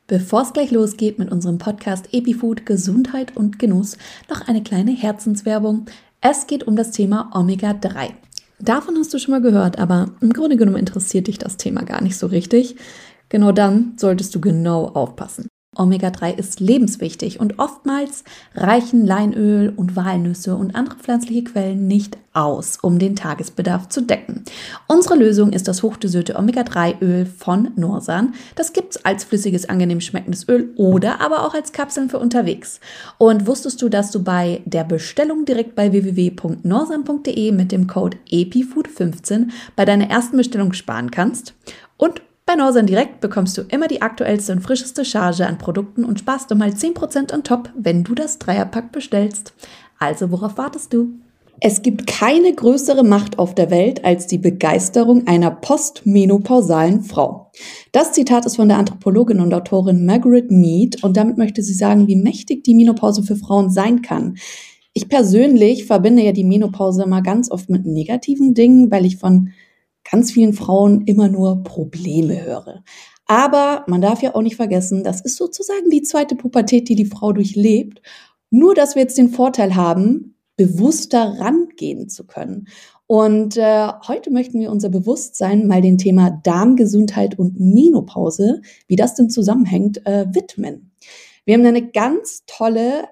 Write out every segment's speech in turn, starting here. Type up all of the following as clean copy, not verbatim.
Bevor es gleich losgeht mit unserem Podcast EpiFood Gesundheit und Genuss, noch eine kleine Herzenswerbung. Es geht um das Thema Omega-3. Davon hast du schon mal gehört, aber im Grunde genommen interessiert dich das Thema gar nicht so richtig. Genau dann solltest du genau aufpassen. Omega-3 ist lebenswichtig und oftmals reichen Leinöl und Walnüsse und andere pflanzliche Quellen nicht aus, um den Tagesbedarf zu decken. Unsere Lösung ist das hochdosierte Omega-3-Öl von Norsan. Das gibt es als flüssiges, angenehm schmeckendes Öl oder aber auch als Kapseln für unterwegs. Und wusstest du, dass du bei der Bestellung direkt bei www.norsan.de mit dem Code EpiFood15 bei deiner ersten Bestellung sparen kannst? Und bei Norsan Direkt bekommst du immer die aktuellste und frischeste Charge an Produkten und sparst mal 10% on top, wenn du das Dreierpack bestellst. Also worauf wartest du? Es gibt keine größere Macht auf der Welt als die Begeisterung einer postmenopausalen Frau. Das Zitat ist von der Anthropologin und Autorin Margaret Mead und damit möchte sie sagen, wie mächtig die Menopause für Frauen sein kann. Ich persönlich verbinde ja die Menopause immer ganz oft mit negativen Dingen, weil ich von ganz vielen Frauen immer nur Probleme höre. Aber man darf ja auch nicht vergessen, das ist sozusagen die zweite Pubertät, die die Frau durchlebt. Nur, dass wir jetzt den Vorteil haben, bewusster rangehen zu können. Und heute möchten wir unser Bewusstsein mal dem Thema Darmgesundheit und Menopause, wie das denn zusammenhängt, widmen. Wir haben eine ganz tolle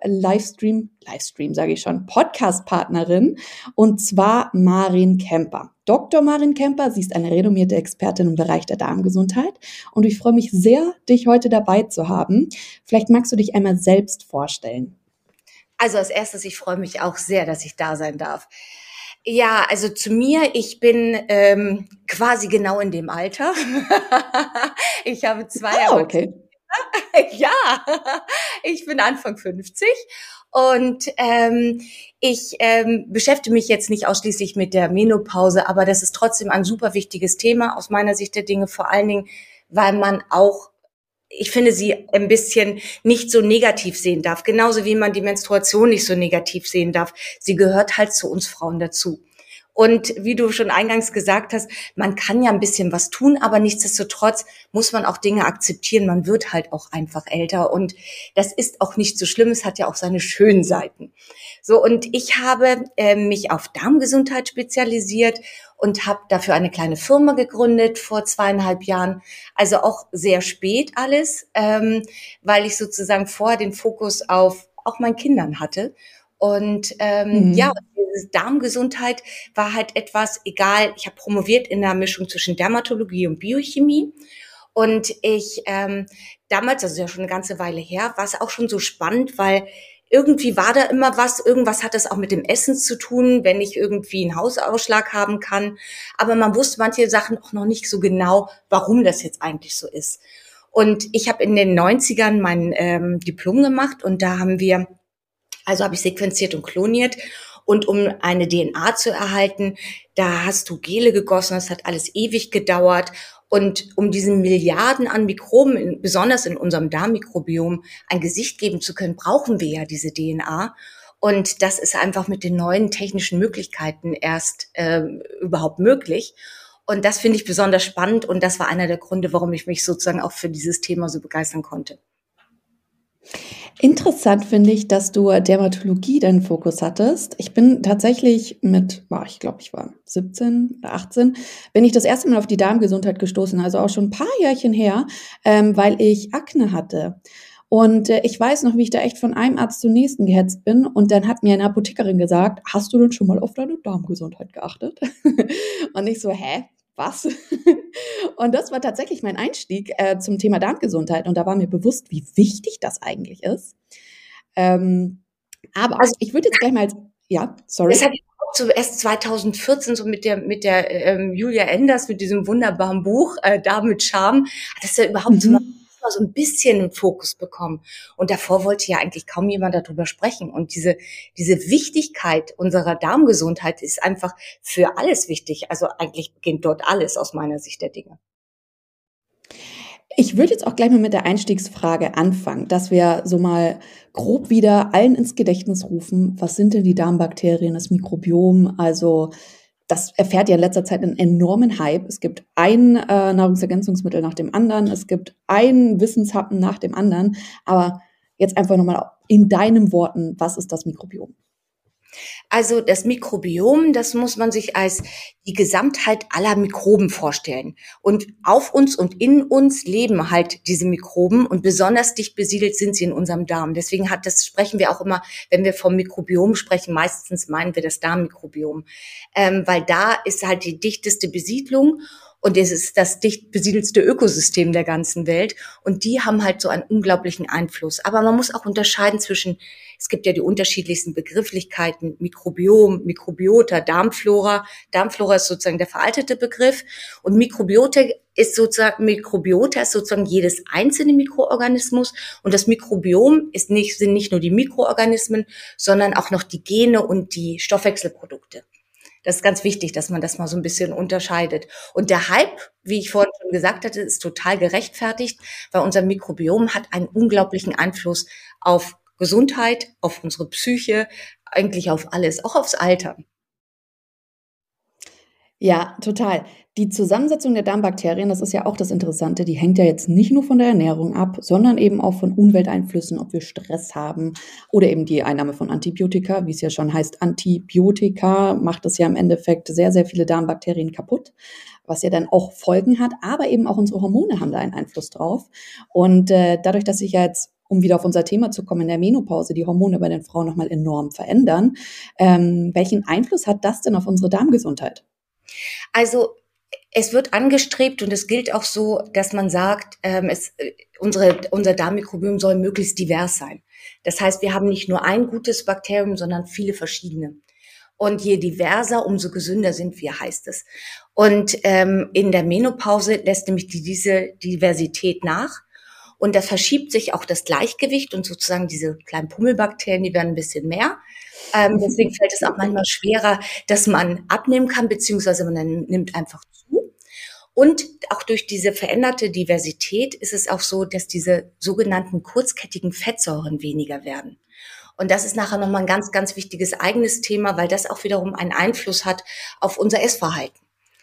Podcast-Partnerin, und zwar Marin Kemper. Dr. Marin Kemper, sie ist eine renommierte Expertin im Bereich der Darmgesundheit und ich freue mich sehr, dich heute dabei zu haben. Vielleicht magst du dich einmal selbst vorstellen. Also als erstes, ich freue mich auch sehr, dass ich da sein darf. Ja, also zu mir, ich bin quasi genau in dem Alter. Ich habe zwei Okay. Ja, ich bin Anfang 50 und ich beschäftige mich jetzt nicht ausschließlich mit der Menopause, aber das ist trotzdem ein super wichtiges Thema aus meiner Sicht der Dinge, vor allen Dingen, weil man auch, ich finde, sie ein bisschen nicht so negativ sehen darf, genauso wie man die Menstruation nicht so negativ sehen darf. Sie gehört halt zu uns Frauen dazu. Und wie du schon eingangs gesagt hast, man kann ja ein bisschen was tun, aber nichtsdestotrotz muss man auch Dinge akzeptieren. Man wird halt auch einfach älter und das ist auch nicht so schlimm. Es hat ja auch seine schönen Seiten. So, und ich habe mich auf Darmgesundheit spezialisiert und habe dafür eine kleine Firma gegründet vor 2,5 Jahren. Also auch sehr spät alles, weil ich sozusagen vorher den Fokus auf auch meinen Kindern hatte. Und ja, diese Darmgesundheit war halt etwas, egal, ich habe promoviert in der Mischung zwischen Dermatologie und Biochemie. Und ich damals, also ja schon eine ganze Weile her, war es auch schon so spannend, weil irgendwie war da immer was, irgendwas hat das auch mit dem Essen zu tun, wenn ich irgendwie einen Hausausschlag haben kann. Aber man wusste manche Sachen auch noch nicht so genau, warum das jetzt eigentlich so ist. Und ich habe in den 90ern mein Diplom gemacht und da habe ich sequenziert und kloniert. Und um eine DNA zu erhalten, da hast du Gele gegossen, das hat alles ewig gedauert. Und um diesen Milliarden an Mikroben, besonders in unserem Darmmikrobiom, ein Gesicht geben zu können, brauchen wir ja diese DNA. Und das ist einfach mit den neuen technischen Möglichkeiten erst überhaupt möglich. Und das finde ich besonders spannend. Und das war einer der Gründe, warum ich mich sozusagen auch für dieses Thema so begeistern konnte. Interessant finde ich, dass du Dermatologie deinen Fokus hattest. Ich bin tatsächlich ich glaube, ich war 17 oder 18, bin ich das erste Mal auf die Darmgesundheit gestoßen, also auch schon ein paar Jährchen her, weil ich Akne hatte. Und ich weiß noch, wie ich da echt von einem Arzt zum nächsten gehetzt bin. Und dann hat mir eine Apothekerin gesagt, hast du denn schon mal auf deine Darmgesundheit geachtet? Und ich so, hä? Was? Und das war tatsächlich mein Einstieg zum Thema Darmgesundheit. Und da war mir bewusst, wie wichtig das eigentlich ist. Aber Also, ich würde jetzt gleich mal, ja, sorry. Das hat so erst 2014 so mit der Julia Enders, mit diesem wunderbaren Buch Darm mit Charme, hat das ja überhaupt so ein bisschen einen Fokus bekommen. Und davor wollte ja eigentlich kaum jemand darüber sprechen. Und diese Wichtigkeit unserer Darmgesundheit ist einfach für alles wichtig. Also eigentlich beginnt dort alles aus meiner Sicht der Dinge. Ich würde jetzt auch gleich mal mit der Einstiegsfrage anfangen, dass wir so mal grob wieder allen ins Gedächtnis rufen, was sind denn die Darmbakterien, das Mikrobiom, also das erfährt ja in letzter Zeit einen enormen Hype. Es gibt ein Nahrungsergänzungsmittel nach dem anderen, es gibt ein Wissenshappen nach dem anderen. Aber jetzt einfach nochmal in deinen Worten, was ist das Mikrobiom? Also das Mikrobiom, das muss man sich als die Gesamtheit aller Mikroben vorstellen. Und auf uns und in uns leben halt diese Mikroben und besonders dicht besiedelt sind sie in unserem Darm. Deswegen sprechen wir auch immer, wenn wir vom Mikrobiom sprechen, meistens meinen wir das Darmmikrobiom. Weil da ist halt die dichteste Besiedlung. Und es ist das dicht besiedelste Ökosystem der ganzen Welt. Und die haben halt so einen unglaublichen Einfluss. Aber man muss auch unterscheiden zwischen, es gibt ja die unterschiedlichsten Begrifflichkeiten, Mikrobiom, Mikrobiota, Darmflora. Darmflora ist sozusagen der veraltete Begriff. Und Mikrobiota ist sozusagen jedes einzelne Mikroorganismus. Und das Mikrobiom sind nicht nur die Mikroorganismen, sondern auch noch die Gene und die Stoffwechselprodukte. Das ist ganz wichtig, dass man das mal so ein bisschen unterscheidet. Und der Hype, wie ich vorhin schon gesagt hatte, ist total gerechtfertigt, weil unser Mikrobiom hat einen unglaublichen Einfluss auf Gesundheit, auf unsere Psyche, eigentlich auf alles, auch aufs Alter. Ja, total. Die Zusammensetzung der Darmbakterien, das ist ja auch das Interessante, die hängt ja jetzt nicht nur von der Ernährung ab, sondern eben auch von Umwelteinflüssen, ob wir Stress haben oder eben die Einnahme von Antibiotika, wie es ja schon heißt, Antibiotika macht es ja im Endeffekt sehr, sehr viele Darmbakterien kaputt, was ja dann auch Folgen hat, aber eben auch unsere Hormone haben da einen Einfluss drauf. Und dadurch, dass sich ja jetzt, um wieder auf unser Thema zu kommen, in der Menopause die Hormone bei den Frauen nochmal enorm verändern, welchen Einfluss hat das denn auf unsere Darmgesundheit? Also es wird angestrebt und es gilt auch so, dass man sagt, unser Darmmikrobiom soll möglichst divers sein. Das heißt, wir haben nicht nur ein gutes Bakterium, sondern viele verschiedene. Und je diverser, umso gesünder sind wir, heißt es. Und in der Menopause lässt nämlich diese Diversität nach. Und da verschiebt sich auch das Gleichgewicht und sozusagen diese kleinen Pummelbakterien, die werden ein bisschen mehr. Deswegen fällt es auch manchmal schwerer, dass man abnehmen kann, beziehungsweise man nimmt einfach zu. Und auch durch diese veränderte Diversität ist es auch so, dass diese sogenannten kurzkettigen Fettsäuren weniger werden. Und das ist nachher nochmal ein ganz, ganz wichtiges eigenes Thema, weil das auch wiederum einen Einfluss hat auf unser Essverhalten.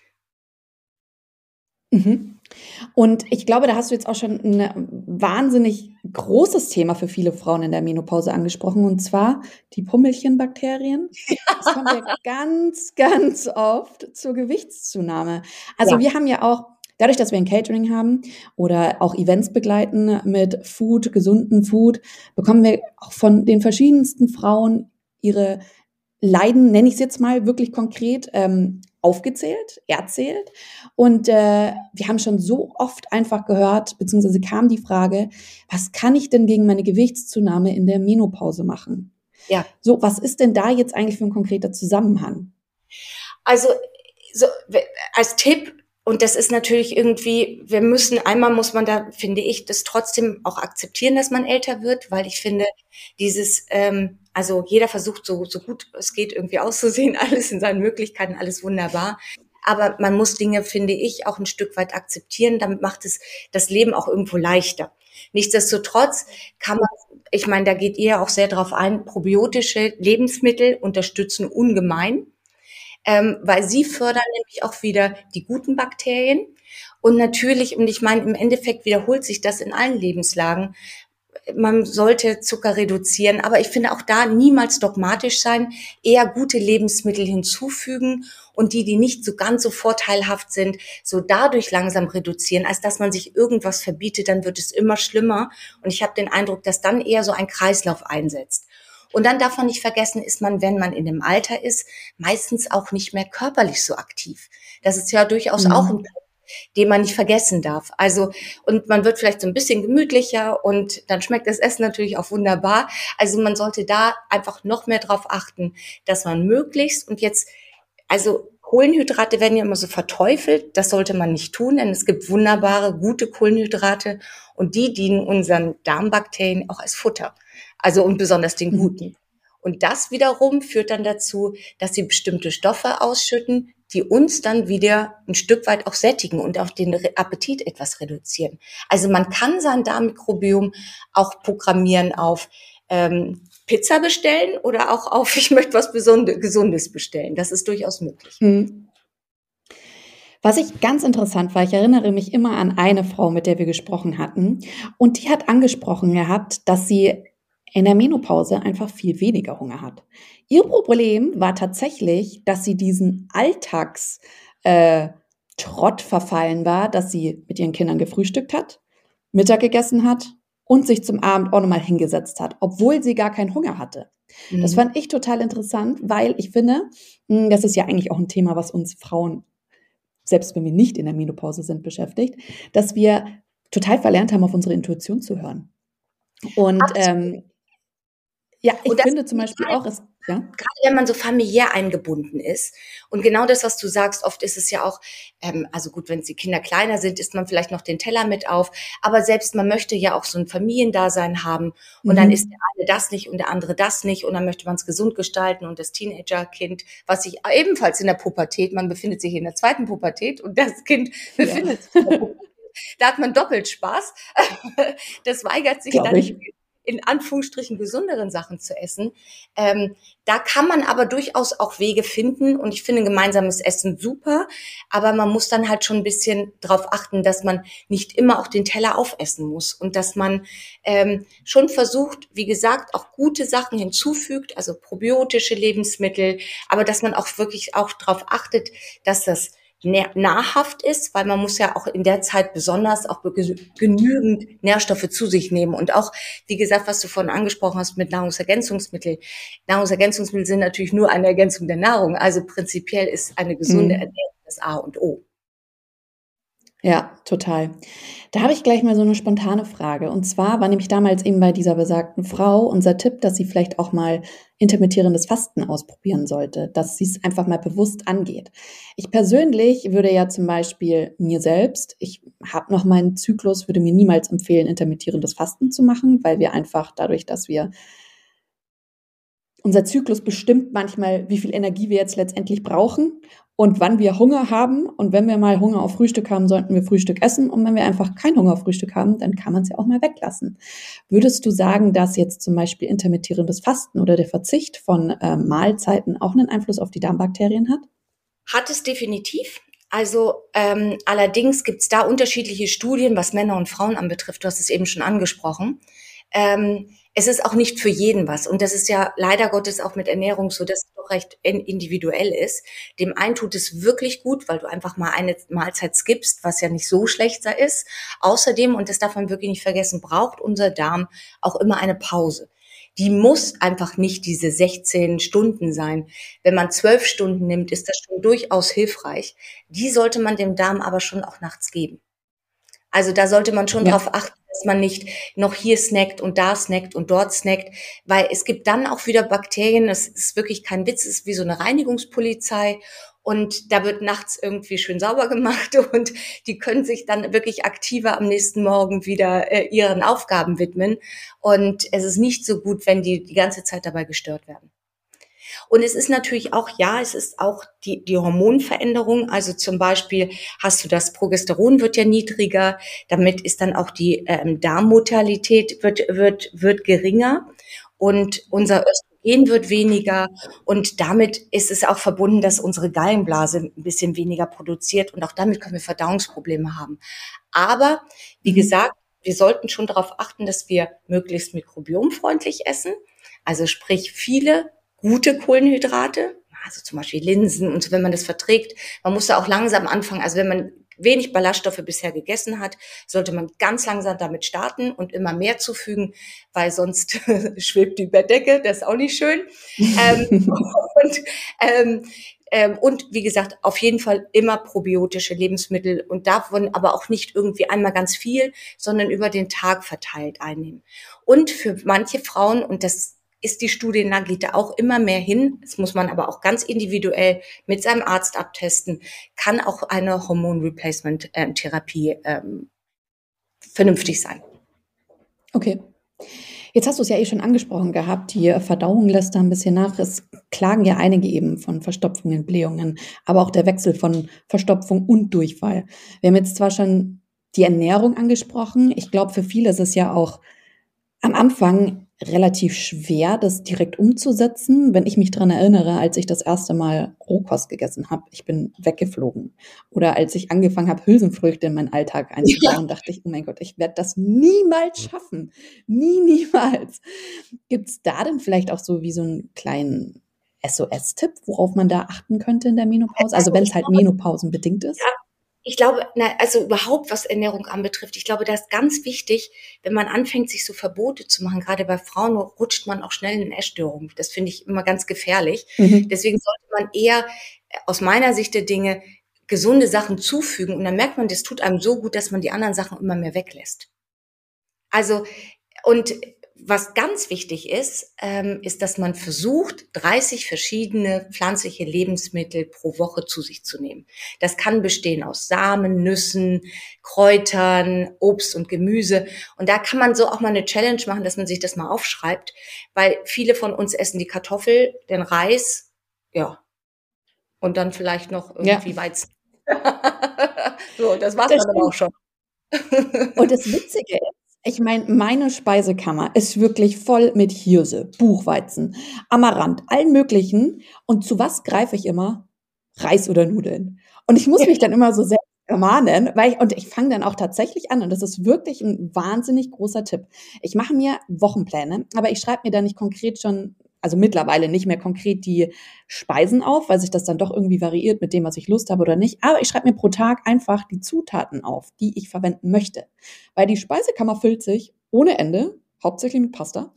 Mhm. Und ich glaube, da hast du jetzt auch schon ein wahnsinnig großes Thema für viele Frauen in der Menopause angesprochen, und zwar die Pummelchenbakterien. Es kommt ja ganz, ganz oft zur Gewichtszunahme. Also Ja. wir haben ja auch, dadurch, dass wir ein Catering haben oder auch Events begleiten mit Food, gesunden Food, bekommen wir auch von den verschiedensten Frauen ihre Leiden, nenne ich es jetzt mal wirklich konkret, aufgezählt, erzählt. Und wir haben schon so oft einfach gehört, beziehungsweise kam die Frage, was kann ich denn gegen meine Gewichtszunahme in der Menopause machen? Ja. So, was ist denn da jetzt eigentlich für ein konkreter Zusammenhang? Also so, als Tipp, und das ist natürlich irgendwie, einmal muss man da, finde ich, das trotzdem auch akzeptieren, dass man älter wird, weil ich finde, also jeder versucht so gut es geht irgendwie auszusehen, alles in seinen Möglichkeiten, alles wunderbar. Aber man muss Dinge, finde ich, auch ein Stück weit akzeptieren, damit macht es das Leben auch irgendwo leichter. Nichtsdestotrotz kann man, ich meine, da geht ihr auch sehr drauf ein, probiotische Lebensmittel unterstützen ungemein. Weil sie fördern nämlich auch wieder die guten Bakterien. Und natürlich, und ich meine, im Endeffekt wiederholt sich das in allen Lebenslagen. Man sollte Zucker reduzieren, aber ich finde auch da niemals dogmatisch sein, eher gute Lebensmittel hinzufügen und die nicht so ganz so vorteilhaft sind, so dadurch langsam reduzieren, als dass man sich irgendwas verbietet, dann wird es immer schlimmer. Und ich habe den Eindruck, dass dann eher so ein Kreislauf einsetzt. Und dann darf man nicht vergessen, ist man, wenn man in dem Alter ist, meistens auch nicht mehr körperlich so aktiv. Das ist ja durchaus auch ein Punkt, den man nicht vergessen darf. Also, und man wird vielleicht so ein bisschen gemütlicher und dann schmeckt das Essen natürlich auch wunderbar. Also man sollte da einfach noch mehr drauf achten, dass man möglichst also Kohlenhydrate werden ja immer so verteufelt. Das sollte man nicht tun, denn es gibt wunderbare, gute Kohlenhydrate und die dienen unseren Darmbakterien auch als Futter. Also und besonders den guten. Und das wiederum führt dann dazu, dass sie bestimmte Stoffe ausschütten, die uns dann wieder ein Stück weit auch sättigen und auch den Appetit etwas reduzieren. Also man kann sein Darmmikrobiom auch programmieren auf Pizza bestellen oder auch auf, ich möchte was Gesundes bestellen. Das ist durchaus möglich. Was ich ganz interessant war, ich erinnere mich immer an eine Frau, mit der wir gesprochen hatten. Und die hat angesprochen gehabt, dass sie in der Menopause einfach viel weniger Hunger hat. Ihr Problem war tatsächlich, dass sie diesen Trott verfallen war, dass sie mit ihren Kindern gefrühstückt hat, Mittag gegessen hat und sich zum Abend auch nochmal hingesetzt hat, obwohl sie gar keinen Hunger hatte. Das fand ich total interessant, weil ich finde, das ist ja eigentlich auch ein Thema, was uns Frauen, selbst wenn wir nicht in der Menopause sind, beschäftigt, dass wir total verlernt haben, auf unsere Intuition zu hören. Und ja, ich finde zum Beispiel auch, gerade wenn man so familiär eingebunden ist. Und genau das, was du sagst, oft ist es ja auch, also gut, wenn die Kinder kleiner sind, isst man vielleicht noch den Teller mit auf. Aber selbst man möchte ja auch so ein Familiendasein haben. Und dann isst der eine das nicht und der andere das nicht. Und dann möchte man es gesund gestalten. Und das Teenagerkind, was sich ebenfalls in der Pubertät, man befindet sich in der zweiten Pubertät und das Kind befindet sich in der Pubertät. Da hat man doppelt Spaß. Das weigert sich dann in Anführungsstrichen gesünderen Sachen zu essen. Da kann man aber durchaus auch Wege finden und ich finde gemeinsames Essen super, aber man muss dann halt schon ein bisschen drauf achten, dass man nicht immer auch den Teller aufessen muss und dass man schon versucht, wie gesagt, auch gute Sachen hinzufügt, also probiotische Lebensmittel, aber dass man auch wirklich auch drauf achtet, dass das nahrhaft ist, weil man muss ja auch in der Zeit besonders auch genügend Nährstoffe zu sich nehmen. Und auch, wie gesagt, was du vorhin angesprochen hast mit Nahrungsergänzungsmitteln. Nahrungsergänzungsmittel sind natürlich nur eine Ergänzung der Nahrung. Also prinzipiell ist eine gesunde Ernährung das A und O. Ja, total. Da habe ich gleich mal so eine spontane Frage. Und zwar war nämlich damals eben bei dieser besagten Frau unser Tipp, dass sie vielleicht auch mal intermittierendes Fasten ausprobieren sollte, dass sie es einfach mal bewusst angeht. Ich persönlich würde ja zum Beispiel mir selbst, ich habe noch meinen Zyklus, würde mir niemals empfehlen, intermittierendes Fasten zu machen, weil wir einfach dadurch, dass wir unser Zyklus bestimmt manchmal, wie viel Energie wir jetzt letztendlich brauchen und wann wir Hunger haben. Und wenn wir mal Hunger auf Frühstück haben, sollten wir Frühstück essen. Und wenn wir einfach keinen Hunger auf Frühstück haben, dann kann man es ja auch mal weglassen. Würdest du sagen, dass jetzt zum Beispiel intermittierendes Fasten oder der Verzicht von Mahlzeiten auch einen Einfluss auf die Darmbakterien hat? Hat es definitiv. Also allerdings gibt es da unterschiedliche Studien, was Männer und Frauen anbetrifft. Du hast es eben schon angesprochen. Es ist auch nicht für jeden was. Und das ist ja leider Gottes auch mit Ernährung so, dass es doch recht individuell ist. Dem einen tut es wirklich gut, weil du einfach mal eine Mahlzeit skippst, was ja nicht so schlecht ist. Außerdem, und das darf man wirklich nicht vergessen, braucht unser Darm auch immer eine Pause. Die muss einfach nicht diese 16 Stunden sein. Wenn man 12 Stunden nimmt, ist das schon durchaus hilfreich. Die sollte man dem Darm aber schon auch nachts geben. Also da sollte man schon darauf achten, dass man nicht noch hier snackt und da snackt und dort snackt, weil es gibt dann auch wieder Bakterien, das ist wirklich kein Witz, es ist wie so eine Reinigungspolizei und da wird nachts irgendwie schön sauber gemacht und die können sich dann wirklich aktiver am nächsten Morgen wieder ihren Aufgaben widmen und es ist nicht so gut, wenn die ganze Zeit dabei gestört werden. Und es ist natürlich auch, es ist auch die Hormonveränderung. Also zum Beispiel hast du das Progesteron wird ja niedriger. Damit ist dann auch die Darmmortalität wird geringer und unser Östrogen wird weniger. Und damit ist es auch verbunden, dass unsere Gallenblase ein bisschen weniger produziert. Und auch damit können wir Verdauungsprobleme haben. Aber wie gesagt, wir sollten schon darauf achten, dass wir möglichst mikrobiomfreundlich essen. Also sprich viele gute Kohlenhydrate, also zum Beispiel Linsen und so, wenn man das verträgt. Man muss da auch langsam anfangen. Also wenn man wenig Ballaststoffe bisher gegessen hat, sollte man ganz langsam damit starten und immer mehr zufügen, weil sonst schwebt die Bettdecke, das ist auch nicht schön. Und wie gesagt, auf jeden Fall immer probiotische Lebensmittel und davon aber auch nicht irgendwie einmal ganz viel, sondern über den Tag verteilt einnehmen. Und für manche Frauen, und das ist die Studie, da geht da auch immer mehr hin. Das muss man aber auch ganz individuell mit seinem Arzt abtesten. Kann auch eine Hormon-Replacement-Therapie vernünftig sein. Okay. Jetzt hast du es ja schon angesprochen gehabt, die Verdauung lässt da ein bisschen nach. Es klagen ja einige eben von Verstopfungen, Blähungen, aber auch der Wechsel von Verstopfung und Durchfall. Wir haben jetzt zwar schon die Ernährung angesprochen. Ich glaube, für viele ist es ja auch am Anfang relativ schwer, das direkt umzusetzen. Wenn ich mich dran erinnere, als ich das erste Mal Rohkost gegessen habe, ich bin weggeflogen. Oder als ich angefangen habe, Hülsenfrüchte in meinen Alltag einzubauen, dachte ich, oh mein Gott, ich werde das niemals schaffen. Niemals. Gibt es da denn vielleicht auch so wie so einen kleinen SOS-Tipp, worauf man da achten könnte in der Menopause? Also wenn es halt menopausenbedingt ist? Ja, ich glaube, also überhaupt was Ernährung anbetrifft, ich glaube, da ist ganz wichtig, wenn man anfängt, sich so Verbote zu machen, gerade bei Frauen rutscht man auch schnell in Essstörungen. Das finde ich immer ganz gefährlich. Deswegen sollte man eher aus meiner Sicht der Dinge gesunde Sachen zufügen und dann merkt man, das tut einem so gut, dass man die anderen Sachen immer mehr weglässt. Also, und was ganz wichtig ist, ist, dass man versucht, 30 verschiedene pflanzliche Lebensmittel pro Woche zu sich zu nehmen. Das kann bestehen aus Samen, Nüssen, Kräutern, Obst und Gemüse. Und da kann man so auch mal eine Challenge machen, dass man sich das mal aufschreibt, weil viele von uns essen die Kartoffel, den Reis, ja, und dann vielleicht noch irgendwie Weizen. So, das war's dann aber auch schon. Und das Witzige ist, ich meine, meine Speisekammer ist wirklich voll mit Hirse, Buchweizen, Amaranth, allen möglichen. Und zu was greife ich immer? Reis oder Nudeln. Und ich muss mich dann immer so selbst ermahnen, und ich fange dann auch tatsächlich an, und das ist wirklich ein wahnsinnig großer Tipp. Ich mache mir Wochenpläne, aber ich schreibe mir da nicht konkret schon, also mittlerweile nicht mehr konkret die Speisen auf, weil sich das dann doch irgendwie variiert mit dem, was ich Lust habe oder nicht. Aber ich schreibe mir pro Tag einfach die Zutaten auf, die ich verwenden möchte. Weil die Speisekammer füllt sich ohne Ende, hauptsächlich mit Pasta,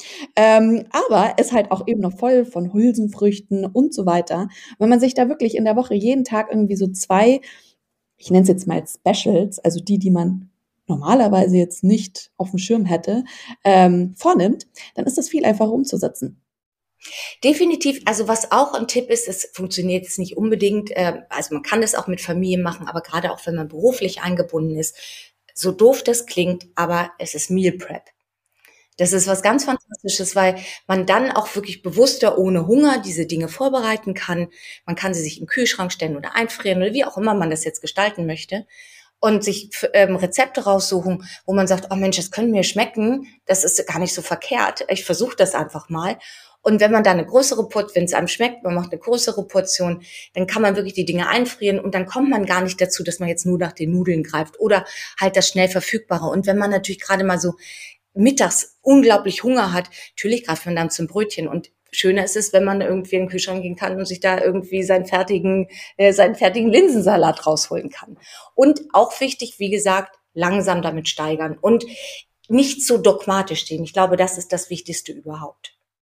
aber ist halt auch eben noch voll von Hülsenfrüchten und so weiter. Wenn man sich da wirklich in der Woche jeden Tag irgendwie so 2, ich nenne es jetzt mal Specials, also die man normalerweise jetzt nicht auf dem Schirm hätte, vornimmt, dann ist das viel einfacher umzusetzen. Definitiv, also was auch ein Tipp ist, es funktioniert jetzt nicht unbedingt, also man kann das auch mit Familie machen, aber gerade auch wenn man beruflich eingebunden ist, so doof das klingt, aber es ist Meal Prep. Das ist was ganz Fantastisches, weil man dann auch wirklich bewusster ohne Hunger diese Dinge vorbereiten kann. Man kann sie sich im Kühlschrank stellen oder einfrieren oder wie auch immer man das jetzt gestalten möchte und sich Rezepte raussuchen, wo man sagt, oh Mensch, das können mir schmecken, das ist gar nicht so verkehrt. Ich versuche das einfach mal. Und wenn man da eine größere Portion, wenn es einem schmeckt, man macht eine größere Portion, dann kann man wirklich die Dinge einfrieren und dann kommt man gar nicht dazu, dass man jetzt nur nach den Nudeln greift oder halt das schnell Verfügbare. Und wenn man natürlich gerade mal so mittags unglaublich Hunger hat, natürlich greift man dann zum Brötchen. Und schöner ist es, wenn man irgendwie in den Kühlschrank gehen kann und sich da irgendwie seinen fertigen Linsensalat rausholen kann. Und auch wichtig, wie gesagt, langsam damit steigern und nicht so dogmatisch stehen. Ich glaube, das ist das Wichtigste überhaupt.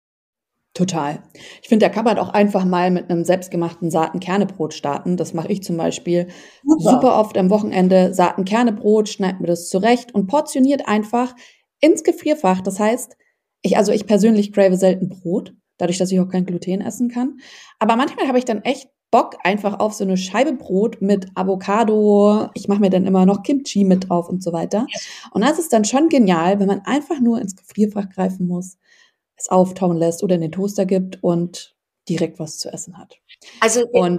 Total. Ich finde, da kann man auch einfach mal mit einem selbstgemachten Saaten-Kerne-Brot starten. Das mache ich zum Beispiel super oft am Wochenende. Saaten-Kerne-Brot, schneid mir das zurecht und portioniert einfach ins Gefrierfach. Das heißt, ich persönlich crave selten Brot, dadurch, dass ich auch kein Gluten essen kann. Aber manchmal habe ich dann echt Bock einfach auf so eine Scheibe Brot mit Avocado. Ich mache mir dann immer noch Kimchi mit drauf und so weiter. Und das ist dann schon genial, wenn man einfach nur ins Gefrierfach greifen muss, es auftauen lässt oder in den Toaster gibt und direkt was zu essen hat. Also und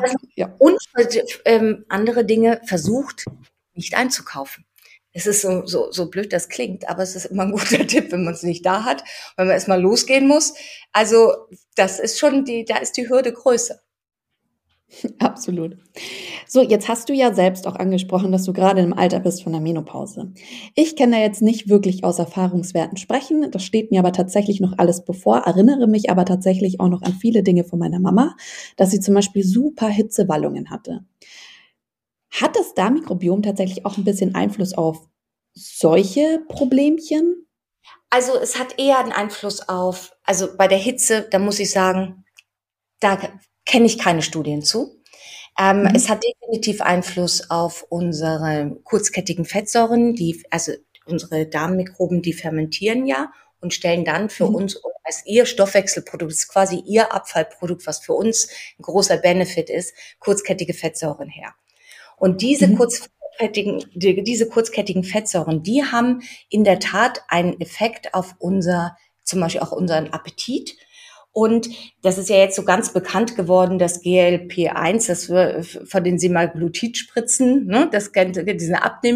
andere Dinge versucht nicht einzukaufen. Es ist so blöd das klingt, aber es ist immer ein guter Tipp, wenn man es nicht da hat, wenn man erstmal losgehen muss. Also das ist schon da ist die Hürde größer. Absolut. So, jetzt hast du ja selbst auch angesprochen, dass du gerade im Alter bist von der Menopause. Ich kann da jetzt nicht wirklich aus Erfahrungswerten sprechen. Das steht mir aber tatsächlich noch alles bevor, erinnere mich aber tatsächlich auch noch an viele Dinge von meiner Mama, dass sie zum Beispiel super Hitzewallungen hatte. Hat das Darmmikrobiom tatsächlich auch ein bisschen Einfluss auf solche Problemchen? Also es hat eher einen Einfluss also bei der Hitze, da muss ich sagen, da kenne ich keine Studien zu. Es hat definitiv Einfluss auf unsere kurzkettigen Fettsäuren, also unsere Darmmikroben, die fermentieren ja und stellen dann für uns als ihr Stoffwechselprodukt, das ist quasi ihr Abfallprodukt, was für uns ein großer Benefit ist, kurzkettige Fettsäuren her. Und diese kurzkettigen Fettsäuren, die haben in der Tat einen Effekt auf zum Beispiel auch unseren Appetit. Und das ist ja jetzt so ganz bekannt geworden, das GLP-1, das wir von den Semaglutid-Spritzen, ne, das kennt diese Abnehmspritze.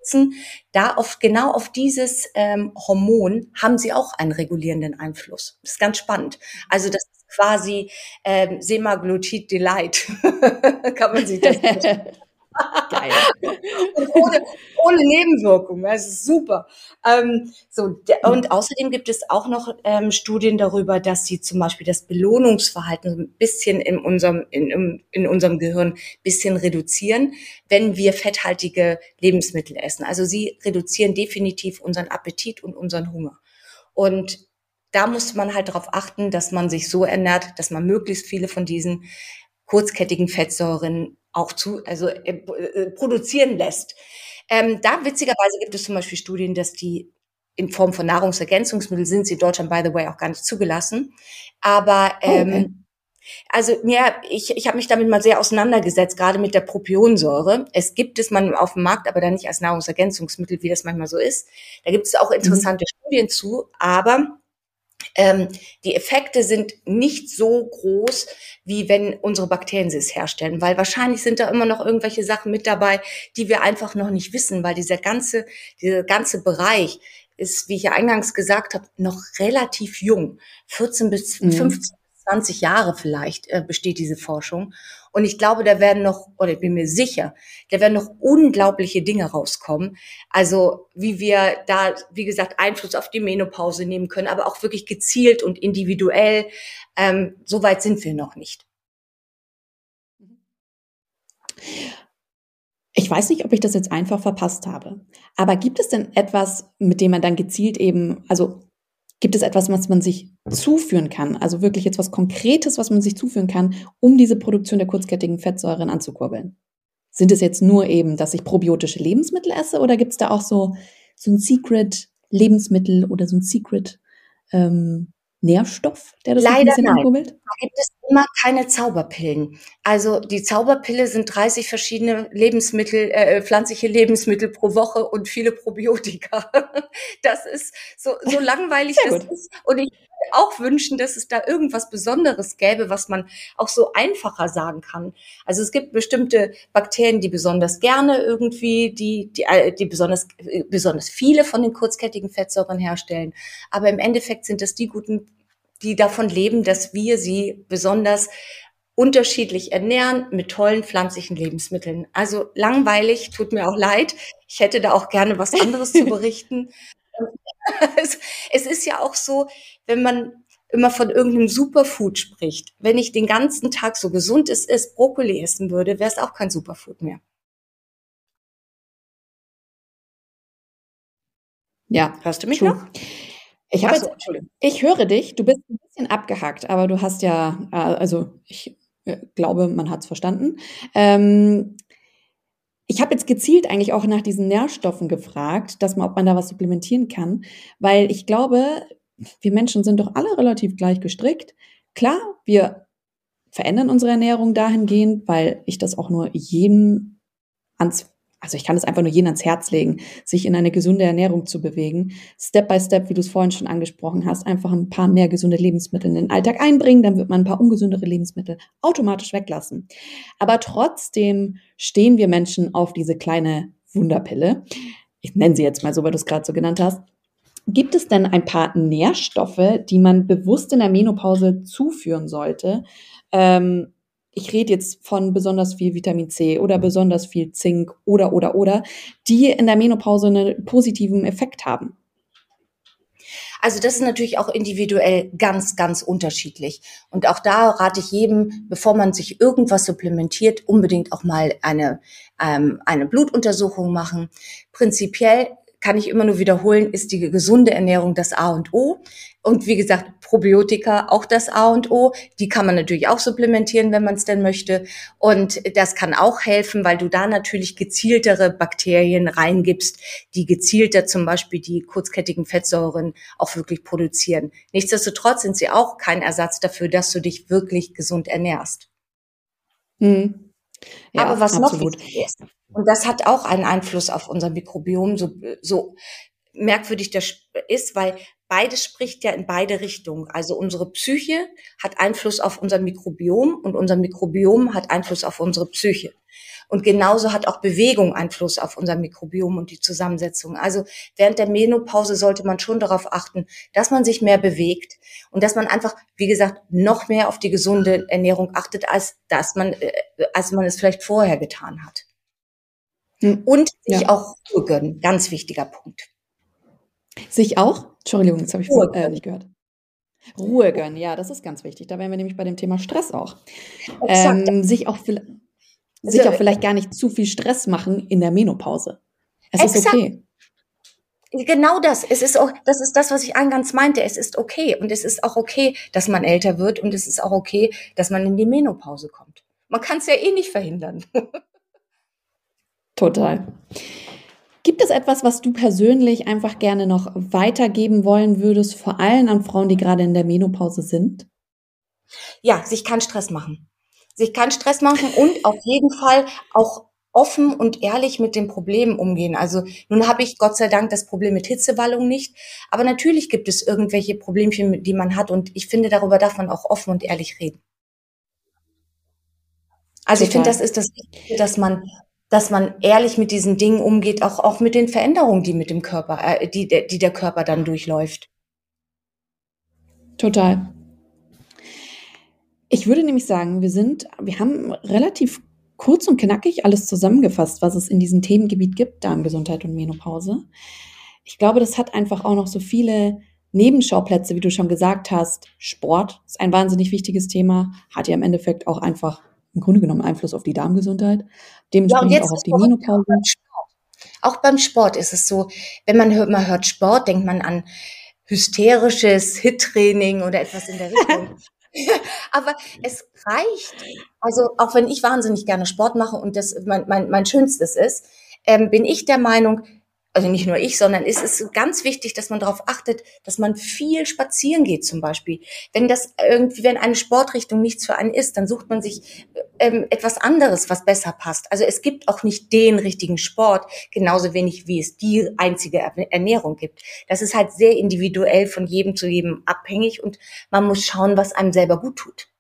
nutzen, genau auf dieses Hormon haben sie auch einen regulierenden Einfluss. Das ist ganz spannend. Also das ist quasi Semaglutid Delight, kann man sich das vorstellen. Geil. Und ohne Nebenwirkungen. Das ist super. Und außerdem gibt es auch noch Studien darüber, dass sie zum Beispiel das Belohnungsverhalten ein bisschen in unserem Gehirn ein bisschen reduzieren, wenn wir fetthaltige Lebensmittel essen. Also sie reduzieren definitiv unseren Appetit und unseren Hunger. Und da muss man halt darauf achten, dass man sich so ernährt, dass man möglichst viele von diesen kurzkettigen Fettsäuren auch produzieren lässt. Da witzigerweise gibt es zum Beispiel Studien, dass die in Form von Nahrungsergänzungsmitteln sind sie in Deutschland, by the way, auch gar nicht zugelassen. Aber Okay. also ich habe mich damit mal sehr auseinandergesetzt, gerade mit der Propionsäure. Es gibt es man auf dem Markt, aber dann nicht als Nahrungsergänzungsmittel, wie das manchmal so ist. Da gibt es auch interessante Studien zu, aber die Effekte sind nicht so groß, wie wenn unsere Bakterien es herstellen, weil wahrscheinlich sind da immer noch irgendwelche Sachen mit dabei, die wir einfach noch nicht wissen, weil dieser ganze Bereich ist, wie ich ja eingangs gesagt habe, noch relativ jung. 14 bis 15 20 Jahre vielleicht besteht diese Forschung. Und ich glaube, da werden noch, oder ich bin mir sicher, da werden noch unglaubliche Dinge rauskommen. Also wie wir da, wie gesagt, Einfluss auf die Menopause nehmen können, aber auch wirklich gezielt und individuell. So weit sind wir noch nicht. Ich weiß nicht, ob ich das jetzt einfach verpasst habe, aber gibt es denn etwas, mit dem man dann gezielt eben, also gibt es etwas, was man sich zuführen kann, also wirklich jetzt was Konkretes, was man sich zuführen kann, um diese Produktion der kurzkettigen Fettsäuren anzukurbeln? Sind es jetzt nur eben, dass ich probiotische Lebensmittel esse oder gibt es da auch so ein Secret-Lebensmittel oder so ein Secret Nährstoff, der das noch ein Leider bisschen nein. ankurbelt? Da gibt es immer keine Zauberpillen. Also die Zauberpille sind 30 verschiedene pflanzliche Lebensmittel pro Woche und viele Probiotika. Das ist so langweilig Sehr das gut. ist. Und ich würde auch wünschen, dass es da irgendwas Besonderes gäbe, was man auch so einfacher sagen kann. Also es gibt bestimmte Bakterien, die besonders gerne irgendwie die besonders viele von den kurzkettigen Fettsäuren herstellen. Aber im Endeffekt sind das die guten, die davon leben, dass wir sie besonders unterschiedlich ernähren mit tollen pflanzlichen Lebensmitteln. Also langweilig, tut mir auch leid. Ich hätte da auch gerne was anderes zu berichten. Es ist ja auch so, wenn man immer von irgendeinem Superfood spricht. Wenn ich den ganzen Tag so gesund es ist, Brokkoli essen würde, wäre es auch kein Superfood mehr. Ja, Hörst du mich true. noch? Entschuldigung. Ich höre dich, du bist ein bisschen abgehackt, aber du hast ja, also ich glaube, man hat es verstanden. Ich habe jetzt gezielt eigentlich auch nach diesen Nährstoffen gefragt, ob man da was supplementieren kann, weil ich glaube, wir Menschen sind doch alle relativ gleich gestrickt. Klar, wir verändern unsere Ernährung dahingehend, weil ich das auch nur jedem also ich kann es einfach nur jedem ans Herz legen, sich in eine gesunde Ernährung zu bewegen. Step by Step, wie du es vorhin schon angesprochen hast, einfach ein paar mehr gesunde Lebensmittel in den Alltag einbringen, dann wird man ein paar ungesündere Lebensmittel automatisch weglassen. Aber trotzdem stehen wir Menschen auf diese kleine Wunderpille. Ich nenne sie jetzt mal so, weil du es gerade so genannt hast. Gibt es denn ein paar Nährstoffe, die man bewusst in der Menopause zuführen sollte? Ich rede jetzt von besonders viel Vitamin C oder besonders viel Zink oder, die in der Menopause einen positiven Effekt haben. Also das ist natürlich auch individuell ganz, ganz unterschiedlich. Und auch da rate ich jedem, bevor man sich irgendwas supplementiert, unbedingt auch mal eine Blutuntersuchung machen. Prinzipiell kann ich immer nur wiederholen, ist die gesunde Ernährung das A und O. Und wie gesagt, Probiotika auch das A und O. Die kann man natürlich auch supplementieren, wenn man es denn möchte. Und das kann auch helfen, weil du da natürlich gezieltere Bakterien reingibst, die gezielter zum Beispiel die kurzkettigen Fettsäuren auch wirklich produzieren. Nichtsdestotrotz sind sie auch kein Ersatz dafür, dass du dich wirklich gesund ernährst. Ja, aber was absolut. noch wichtig ist, und das hat auch einen Einfluss auf unser Mikrobiom, so merkwürdig das ist, weil beides spricht ja in beide Richtungen. Also unsere Psyche hat Einfluss auf unser Mikrobiom und unser Mikrobiom hat Einfluss auf unsere Psyche. Und genauso hat auch Bewegung Einfluss auf unser Mikrobiom und die Zusammensetzung. Also während der Menopause sollte man schon darauf achten, dass man sich mehr bewegt und dass man einfach, wie gesagt, noch mehr auf die gesunde Ernährung achtet, als man es vielleicht vorher getan hat. Und sich auch Ruhe gönnen, ganz wichtiger Punkt. Sich auch? Entschuldigung, das habe ich nicht gehört. Ruhe gönnen, ja, das ist ganz wichtig. Da wären wir nämlich bei dem Thema Stress auch. Sich auch vielleicht gar nicht zu viel Stress machen in der Menopause. Es ist okay. Genau das. Das ist das, was ich eingangs meinte. Es ist okay. Und es ist auch okay, dass man älter wird. Und es ist auch okay, dass man in die Menopause kommt. Man kann es ja eh nicht verhindern. Total. Gibt es etwas, was du persönlich einfach gerne noch weitergeben wollen würdest, vor allem an Frauen, die gerade in der Menopause sind? Ja, sich keinen Stress machen. Sich keinen Stress machen und auf jeden Fall auch offen und ehrlich mit den Problemen umgehen. Also nun habe ich Gott sei Dank das Problem mit Hitzewallung nicht, aber natürlich gibt es irgendwelche Problemchen, die man hat und ich finde, darüber darf man auch offen und ehrlich reden. Also ich finde, das ist das Wichtige, dass man ehrlich mit diesen Dingen umgeht, auch mit den Veränderungen, die mit dem Körper, die der Körper dann durchläuft. Total. Ich würde nämlich sagen, wir haben relativ kurz und knackig alles zusammengefasst, was es in diesem Themengebiet gibt, Darmgesundheit und Menopause. Ich glaube, das hat einfach auch noch so viele Nebenschauplätze, wie du schon gesagt hast. Sport ist ein wahnsinnig wichtiges Thema, hat ja im Endeffekt auch einfach im Grunde genommen Einfluss auf die Darmgesundheit, dementsprechend auch auf die Menopause. Auch beim Sport ist es so, wenn man hört Sport, denkt man an hysterisches HIIT-Training oder etwas in der Richtung. Aber es reicht. Also auch wenn ich wahnsinnig gerne Sport mache und das mein Schönstes ist, bin ich der Meinung, also nicht nur ich, sondern es ist ganz wichtig, dass man darauf achtet, dass man viel spazieren geht zum Beispiel. Wenn eine Sportrichtung nichts für einen ist, dann sucht man sich etwas anderes, was besser passt. Also es gibt auch nicht den richtigen Sport, genauso wenig wie es die einzige Ernährung gibt. Das ist halt sehr individuell von jedem zu jedem abhängig und man muss schauen, was einem selber gut tut.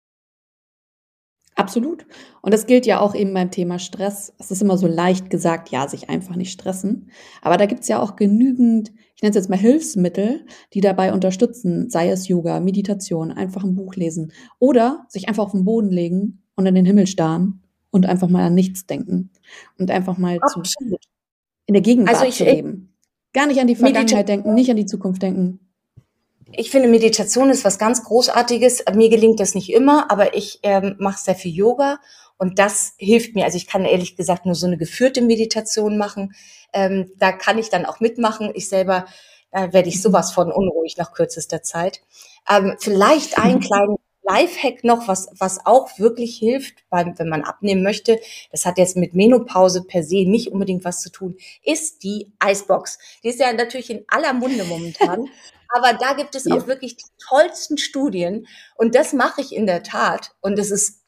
Absolut. Und das gilt ja auch eben beim Thema Stress. Es ist immer so leicht gesagt, ja, sich einfach nicht stressen. Aber da gibt's ja auch genügend, ich nenne es jetzt mal Hilfsmittel, die dabei unterstützen, sei es Yoga, Meditation, einfach ein Buch lesen oder sich einfach auf den Boden legen und in den Himmel starren und einfach mal an nichts denken und einfach mal in der Gegenwart zu leben. Gar nicht an die Vergangenheit denken, nicht an die Zukunft denken. Ich finde, Meditation ist was ganz Großartiges. Mir gelingt das nicht immer, aber ich mache sehr viel Yoga und das hilft mir. Also ich kann ehrlich gesagt nur so eine geführte Meditation machen. Da kann ich dann auch mitmachen. Ich selber werde ich sowas von unruhig nach kürzester Zeit. Vielleicht einen kleinen Lifehack noch, was auch wirklich hilft, wenn man abnehmen möchte. Das hat jetzt mit Menopause per se nicht unbedingt was zu tun, ist die Icebox. Die ist ja natürlich in aller Munde momentan. Aber da gibt es auch wirklich die tollsten Studien. Und das mache ich in der Tat. Und das ist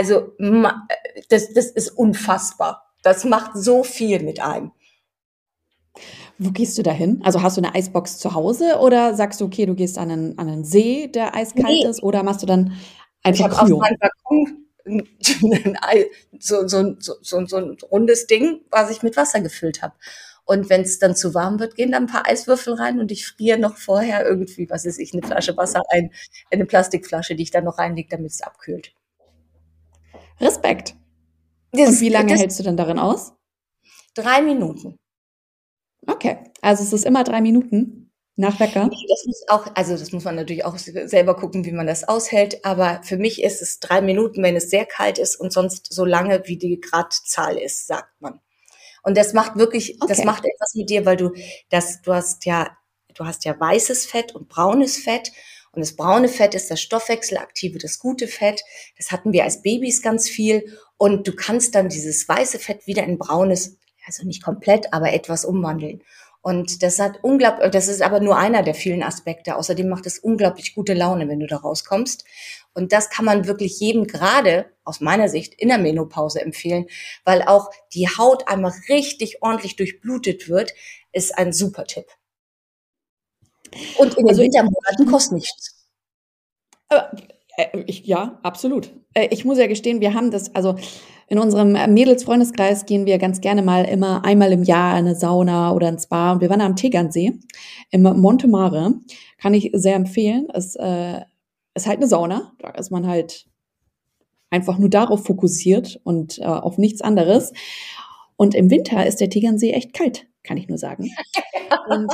unfassbar. Das macht so viel mit einem. Wo gehst du da hin? Also hast du eine Eisbox zu Hause oder sagst du, okay, du gehst an einen See, der eiskalt ist, oder machst du dann einfach Ich habe auf meinem Balkon so ein rundes Ding, was ich mit Wasser gefüllt habe. Und wenn es dann zu warm wird, gehen da ein paar Eiswürfel rein und ich friere noch vorher irgendwie, was weiß ich, eine Flasche Wasser ein, eine Plastikflasche, die ich dann noch reinlege, damit es abkühlt. Respekt. Und wie lange hältst du denn darin aus? 3 Minuten. Okay, also es ist immer 3 Minuten nach Wecker? Das muss man natürlich auch selber gucken, wie man das aushält, aber für mich ist es 3 Minuten, wenn es sehr kalt ist und sonst so lange, wie die Gradzahl ist, sagt man. Und das macht wirklich, das macht etwas mit dir, weil du hast ja weißes Fett und braunes Fett. Und das braune Fett ist das stoffwechselaktive, das gute Fett. Das hatten wir als Babys ganz viel. Und du kannst dann dieses weiße Fett wieder in braunes, also nicht komplett, aber etwas umwandeln. Und das ist aber nur einer der vielen Aspekte. Außerdem macht es unglaublich gute Laune, wenn du da rauskommst. Und das kann man wirklich jedem gerade aus meiner Sicht in der Menopause empfehlen, weil auch die Haut einmal richtig ordentlich durchblutet wird, ist ein super Tipp. Und in den Wintermonaten kostet nichts. Ja, absolut. Ich muss ja gestehen, wir haben das, also In unserem Mädels-Freundeskreis gehen wir ganz gerne mal immer einmal im Jahr in eine Sauna oder ein Spa. Und wir waren am Tegernsee im Monte Mare. Kann ich sehr empfehlen. Es ist halt eine Sauna. Da ist man halt einfach nur darauf fokussiert und auf nichts anderes. Und im Winter ist der Tegernsee echt kalt, kann ich nur sagen. Und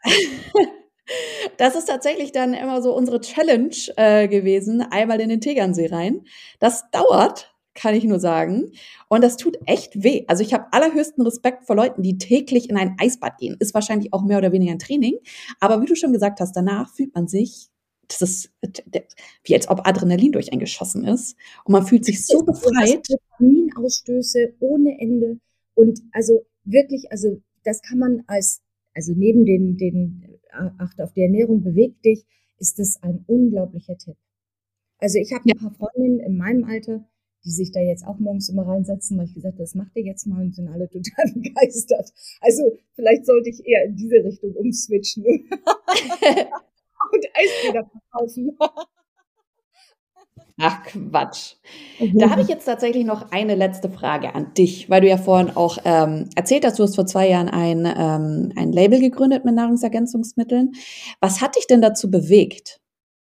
das ist tatsächlich dann immer so unsere Challenge gewesen, einmal in den Tegernsee rein. Das dauert, kann ich nur sagen. Und das tut echt weh. Also ich habe allerhöchsten Respekt vor Leuten, die täglich in ein Eisbad gehen. Ist wahrscheinlich auch mehr oder weniger ein Training. Aber wie du schon gesagt hast, danach fühlt man sich, das ist wie als ob Adrenalin durch einen geschossen ist. Und man fühlt sich so befreit. Dopaminausstöße ohne Ende. Und also wirklich, also das kann man also neben den Acht auf die Ernährung, beweg dich, ist das ein unglaublicher Tipp. Also ich habe Ja. ein paar Freundinnen in meinem Alter, die sich da jetzt auch morgens immer reinsetzen, weil ich gesagt habe, das macht ihr jetzt mal und sind alle total begeistert. Also vielleicht sollte ich eher in diese Richtung umswitchen und Eisbäder verkaufen. Ach Quatsch. Da habe ich jetzt tatsächlich noch eine letzte Frage an dich, weil du ja vorhin auch erzählt hast, du hast vor 2 Jahren ein Label gegründet mit Nahrungsergänzungsmitteln. Was hat dich denn dazu bewegt?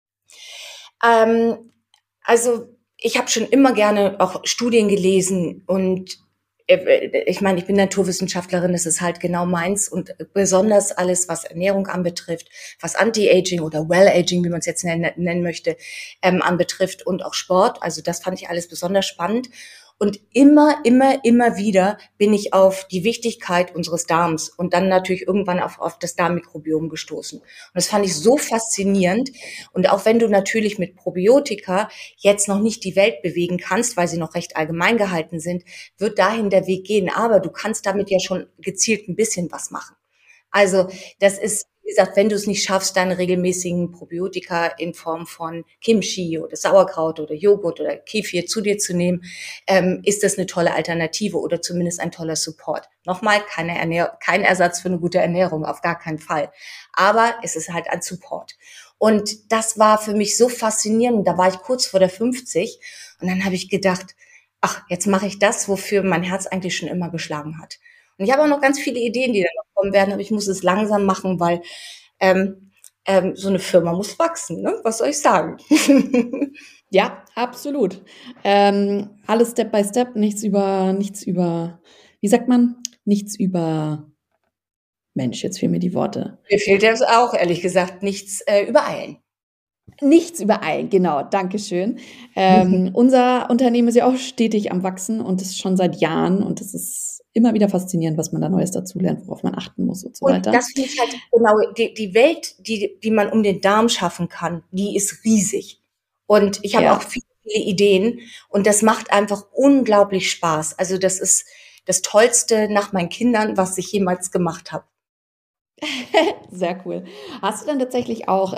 Also ich habe schon immer gerne auch Studien gelesen und ich meine, ich bin Naturwissenschaftlerin, das ist halt genau meins und besonders alles, was Ernährung anbetrifft, was Anti-Aging oder Well-Aging, wie man es jetzt nennen möchte, anbetrifft und auch Sport. Also das fand ich alles besonders spannend. Und immer wieder bin ich auf die Wichtigkeit unseres Darms und dann natürlich irgendwann auf das Darmmikrobiom gestoßen. Und das fand ich so faszinierend. Und auch wenn du natürlich mit Probiotika jetzt noch nicht die Welt bewegen kannst, weil sie noch recht allgemein gehalten sind, wird dahin der Weg gehen. Aber du kannst damit ja schon gezielt ein bisschen was machen. Also das ist, wie gesagt, wenn du es nicht schaffst, deine regelmäßigen Probiotika in Form von Kimchi oder Sauerkraut oder Joghurt oder Kefir zu dir zu nehmen, ist das eine tolle Alternative oder zumindest ein toller Support. Nochmal, kein Ersatz für eine gute Ernährung, auf gar keinen Fall. Aber es ist halt ein Support. Und das war für mich so faszinierend. Da war ich kurz vor der 50 und dann habe ich gedacht, ach, jetzt mache ich das, wofür mein Herz eigentlich schon immer geschlagen hat. Und ich habe auch noch ganz viele Ideen, die dann noch kommen werden, aber ich muss es langsam machen, weil so eine Firma muss wachsen, ne? Was soll ich sagen? Ja, absolut. Alles Step by Step, nichts über, wie sagt man? Nichts über, Mensch, jetzt fehlen mir die Worte. Mir fehlt das auch, ehrlich gesagt, nichts übereilen. Nichts übereilen, genau, Dankeschön. Unser Unternehmen ist ja auch stetig am Wachsen und das schon seit Jahren und es ist immer wieder faszinierend, was man da Neues dazulernt, worauf man achten muss und so Und weiter. das finde ich halt genau, die Welt, die man um den Darm schaffen kann, die ist riesig. Und ich habe Ja. auch viele Ideen und das macht einfach unglaublich Spaß. Also das ist das Tollste nach meinen Kindern, was ich jemals gemacht habe. Sehr cool. Hast du dann tatsächlich auch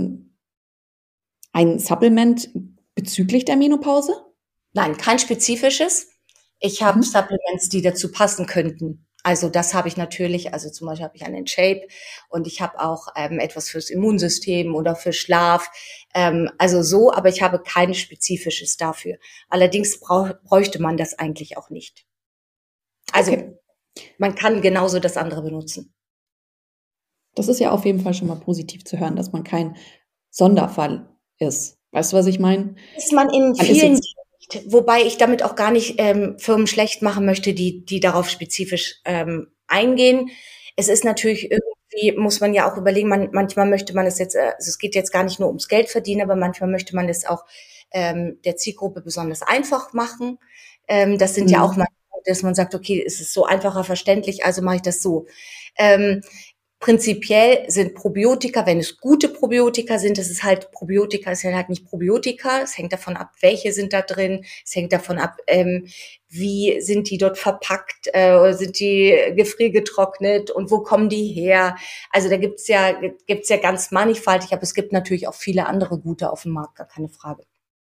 ein Supplement bezüglich der Menopause? Nein, kein spezifisches. Ich habe Supplements, die dazu passen könnten. Also das habe ich natürlich, also zum Beispiel habe ich einen Shape und ich habe auch etwas fürs Immunsystem oder für Schlaf. Also so, aber ich habe kein spezifisches dafür. Allerdings bräuchte man das eigentlich auch nicht. Also Okay. man kann genauso das andere benutzen. Das ist ja auf jeden Fall schon mal positiv zu hören, dass man kein Sonderfall ist. Weißt du, was ich meine? Ist man in vielen nicht. Wobei ich damit auch gar nicht Firmen schlecht machen möchte, die darauf spezifisch eingehen. Es ist natürlich irgendwie, muss man ja auch überlegen, manchmal möchte man es jetzt, also es geht jetzt gar nicht nur ums Geld verdienen, aber manchmal möchte man es auch der Zielgruppe besonders einfach machen. Das sind ja auch manchmal, dass man sagt, okay, es ist so einfacher verständlich, also mache ich das so. Prinzipiell sind Probiotika, wenn es gute Probiotika sind, das ist halt, Probiotika ist ja halt nicht Probiotika, es hängt davon ab, welche sind da drin, es hängt davon ab, wie sind die dort verpackt, sind die gefriergetrocknet und wo kommen die her? Also da gibt's ja ganz mannigfaltig, aber es gibt natürlich auch viele andere gute auf dem Markt, gar keine Frage.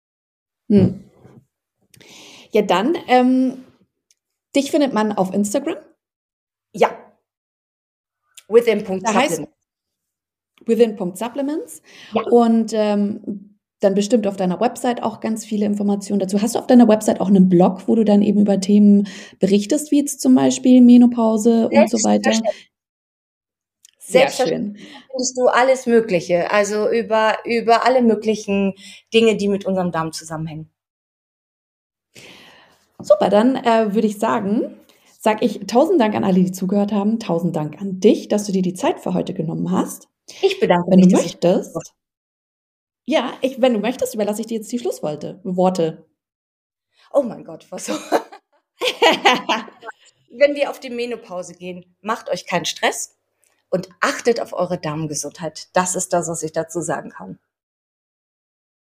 Ja, dann, dich findet man auf Instagram? Ja. Within.supplements. Within.supplements. Ja. Und dann bestimmt auf deiner Website auch ganz viele Informationen dazu. Hast du auf deiner Website auch einen Blog, wo du dann eben über Themen berichtest, wie jetzt zum Beispiel Menopause und so weiter? Selbstverständlich. Sehr Selbstverständlich schön. findest du alles Mögliche, also über alle möglichen Dinge, die mit unserem Darm zusammenhängen. Super, dann würde ich sagen, sage ich tausend Dank an alle, die zugehört haben. Tausend Dank an dich, dass du dir die Zeit für heute genommen hast. Ich bedanke Wenn mich, du dass ich möchtest, ja, wenn du möchtest, überlasse ich dir jetzt die Schlussworte. oh mein Gott, was so. Wenn wir auf die Menopause gehen, macht euch keinen Stress und achtet auf eure Darmgesundheit. Das ist das, was ich dazu sagen kann.